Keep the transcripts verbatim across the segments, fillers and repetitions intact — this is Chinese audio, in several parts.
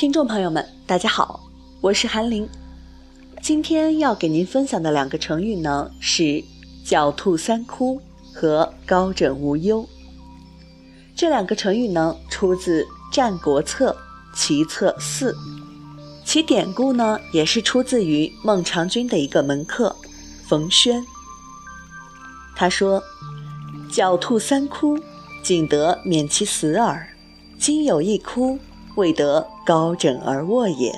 听众朋友们，大家好，我是韩玲。今天要给您分享的两个成语呢，是狡兔三窟和高枕无忧。这两个成语呢，出自《战国策·齐策四》，其典故呢，也是出自于孟尝君的一个门客冯轩。他说：狡兔三窟，仅得免其死耳，今有一窟，未得高枕而卧也。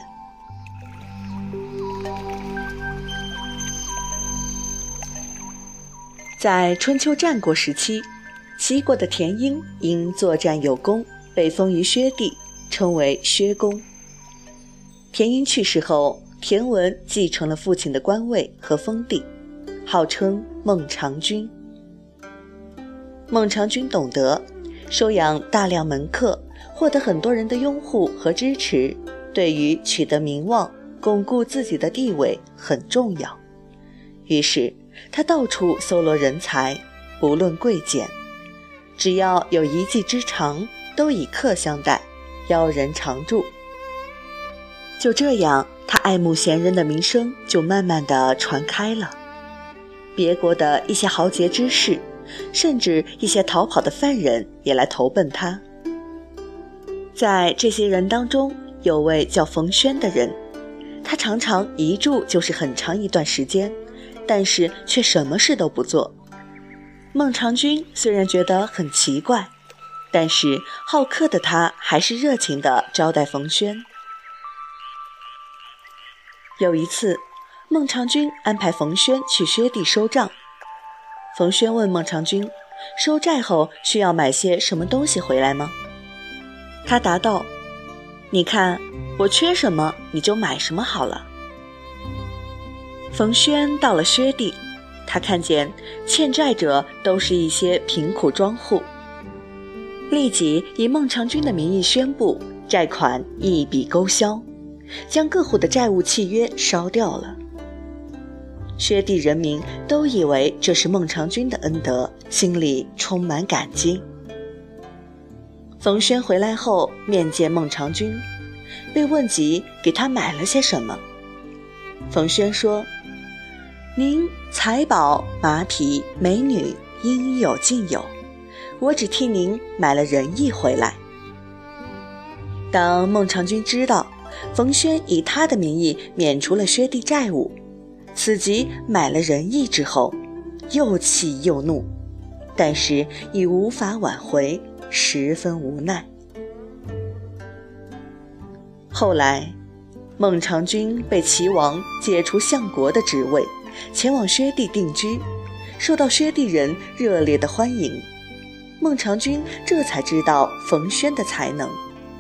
在春秋战国时期，齐国的田婴因作战有功，被封于薛地，称为薛公。田婴去世后，田文继承了父亲的官位和封地，号称孟尝君。孟尝君懂得收养大量门客，获得很多人的拥护和支持，对于取得名望、巩固自己的地位很重要。于是他到处搜罗人才，不论贵贱，只要有一技之长，都以客相待，邀人常驻。就这样，他爱慕贤人的名声就慢慢地传开了。别国的一些豪杰之士，甚至一些逃跑的犯人也来投奔他。在这些人当中，有位叫冯轩的人，他常常一住就是很长一段时间，但是却什么事都不做。孟尝君虽然觉得很奇怪，但是好客的他还是热情地招待冯轩。有一次，孟尝君安排冯轩去薛地收账。冯轩问孟尝君，收债后需要买些什么东西回来吗？他答道：你看，我缺什么你就买什么好了。冯轩到了薛地，他看见欠债者都是一些贫苦庄户，立即以孟尝君的名义宣布债款一笔勾销，将各户的债务契约烧掉了。薛地人民都以为这是孟尝君的恩德，心里充满感激。冯轩回来后面见孟尝君，被问及给他买了些什么。冯轩说：您财宝、马匹、美女应有尽有，我只替您买了仁义回来。当孟尝君知道冯轩以他的名义免除了薛地债务，此即买了仁义之后，又气又怒，但是已无法挽回，十分无奈。后来孟尝君被齐王解除相国的职位，前往薛地定居，受到薛地人热烈的欢迎。孟尝君这才知道冯轩的才能。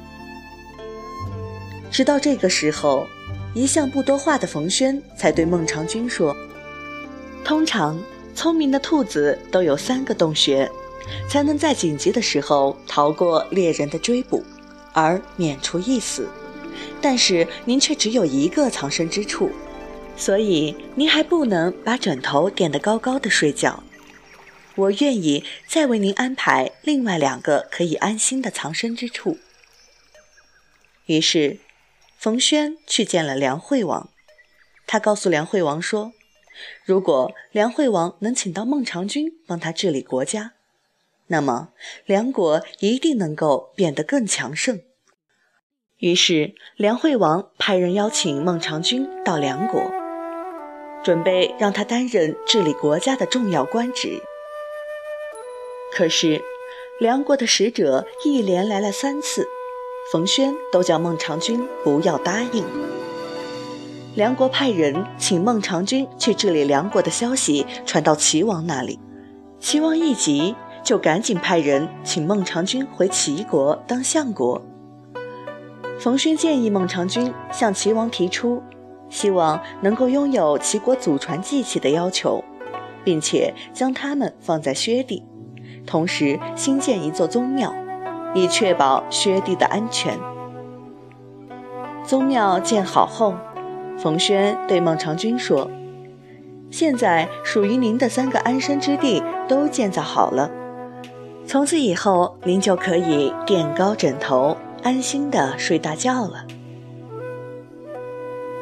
直到这个时候，一向不多话的冯轩才对孟尝君说：通常聪明的兔子都有三个洞穴，才能在紧急的时候逃过猎人的追捕，而免除一死。但是您却只有一个藏身之处，所以您还不能把枕头垫得高高的睡觉。我愿意再为您安排另外两个可以安心的藏身之处。于是冯轩去见了梁惠王，他告诉梁惠王说，如果梁惠王能请到孟尝君帮他治理国家，那么梁国一定能够变得更强盛。于是梁惠王派人邀请孟尝君到梁国，准备让他担任治理国家的重要官职。可是梁国的使者一连来了三次，冯轩都叫孟尝君不要答应。梁国派人请孟尝君去治理梁国的消息传到齐王那里，齐王一急，就赶紧派人请孟尝君回齐国当相国。冯轩建议孟尝君向齐王提出希望能够拥有齐国祖传祭器的要求，并且将它们放在薛地，同时新建一座宗庙，以确保薛地的安全。宗庙建好后，冯轩对孟尝君说：现在属于您的三个安身之地都建造好了，从此以后您就可以垫高枕头，安心地睡大觉了。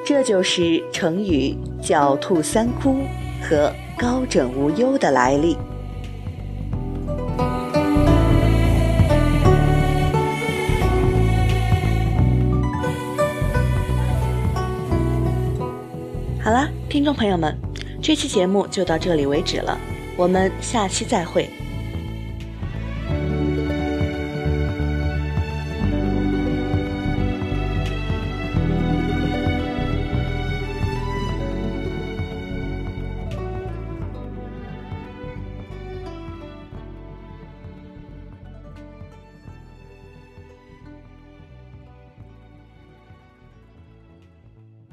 这就是成语狡兔三窟和高枕无忧的来历。好啦，听众朋友们，这期节目就到这里为止了，我们下期再会。